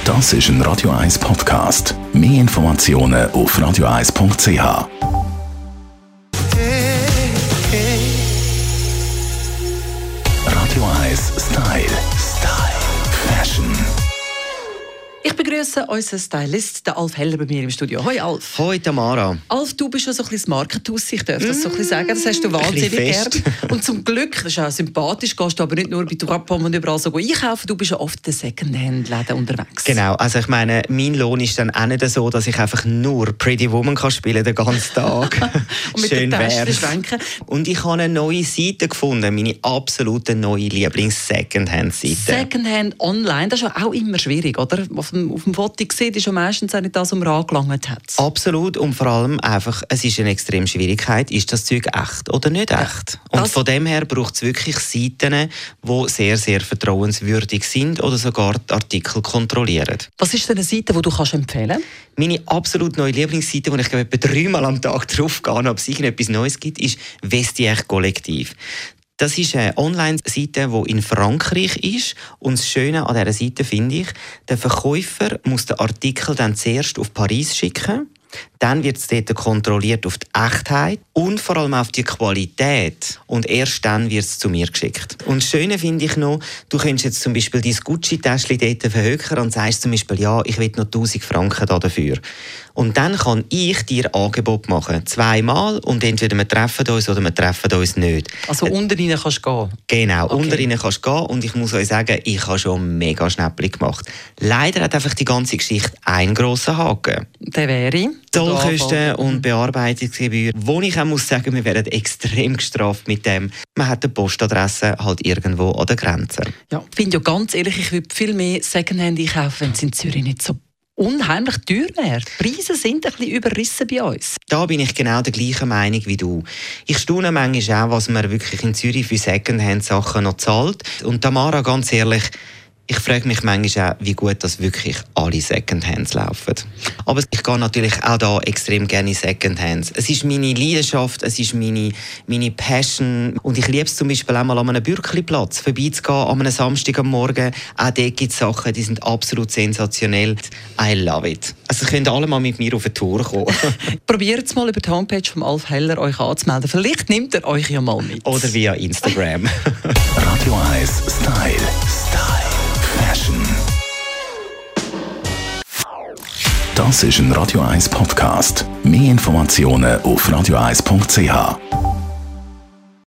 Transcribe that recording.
Das ist ein Radio 1 Podcast. Mehr Informationen auf radio1.ch. Radio 1 Style. Fashion. Ich begrüße unseren Stylist, den Alf Heller, bei mir im Studio. Hoi Alf. Hoi Tamara. Alf, du bist schon so ein bisschen das Markenhaus, ich darf das so ein bisschen sagen. Das hast du wahnsinnig gern. Und zum Glück, das ist auch sympathisch, gehst du aber nicht nur bei Trapom und überall so einkaufen, du bist ja oft in den Secondhand-Läden unterwegs. Genau, also ich meine, mein Lohn ist dann auch nicht so, dass ich einfach nur Pretty Woman kann spielen den ganzen Tag. Und mit den Taschen schwenken. Und ich habe eine neue Seite gefunden, meine absolute neue Lieblings-Secondhand-Seite. Secondhand online, das ist ja auch immer schwierig, oder? Auf dem Foto gesehen ist ja meistens auch nicht das, was man angelangt hat. Absolut, und vor allem einfach, es ist eine extreme Schwierigkeit, ist das Zeug echt oder nicht echt? Und von dem her braucht es wirklich Seiten, die sehr, sehr vertrauenswürdig sind oder sogar die Artikel kontrollieren. Was ist denn eine Seite, die du empfehlen kannst? Meine absolut neue Lieblingsseite, wo ich etwa 3-mal am Tag drauf gehe, ob es irgendetwas Neues gibt, ist Vestiaire Kollektiv. Das ist eine Online-Seite, die in Frankreich ist. Und das Schöne an dieser Seite finde ich, der Verkäufer muss den Artikel dann zuerst auf Paris schicken. Dann wird es dort kontrolliert auf die Echtheit und vor allem auf die Qualität. Und erst dann wird es zu mir geschickt. Und das Schöne finde ich noch, du könntest jetzt zum Beispiel dein Gucci-Täschchen dort verhökern und sagst zum Beispiel, ja, ich will noch 1000 Franken dafür. Und dann kann ich dir Angebot machen. 2-mal und entweder wir treffen uns oder wir treffen uns nicht. Also unter ihnen kannst du gehen? Genau, okay. Unter ihnen kannst du gehen und ich muss euch sagen, ich habe schon mega Schnäppchen gemacht. Leider hat einfach die ganze Geschichte einen grossen Haken. Der wäre? Zollkosten und Bearbeitungsgebühren, wo ich auch muss sagen, wir werden extrem gestraft mit dem. Man hat die Postadresse halt irgendwo an der Grenze. Ja, ich finde ja ganz ehrlich, ich würde viel mehr Secondhand einkaufen, wenn es in Zürich nicht so unheimlich teuer wäre. Die Preise sind ein bisschen überrissen bei uns. Da bin ich genau der gleichen Meinung wie du. Ich staune manchmal auch, was man wirklich in Zürich für Secondhand-Sachen noch zahlt. Und Tamara, ganz ehrlich, ich frage mich manchmal auch, wie gut das wirklich alle Secondhands laufen. Aber ich gehe natürlich auch da extrem gerne in Secondhands. Es ist meine Leidenschaft, es ist meine Passion. Und ich liebe es zum Beispiel auch mal an einem Bürkliplatz vorbeizugehen, an einem Samstag am Morgen. Auch dort gibt es Sachen, die sind absolut sensationell. I love it. Also könnt alle mal mit mir auf eine Tour kommen. Probiert es mal über die Homepage von Alf Heller euch anzumelden. Vielleicht nimmt er euch ja mal mit. Oder via Instagram. Radio 1 Style. Fashion. Das ist ein Radio 1 Podcast. Mehr Informationen auf radio1.ch.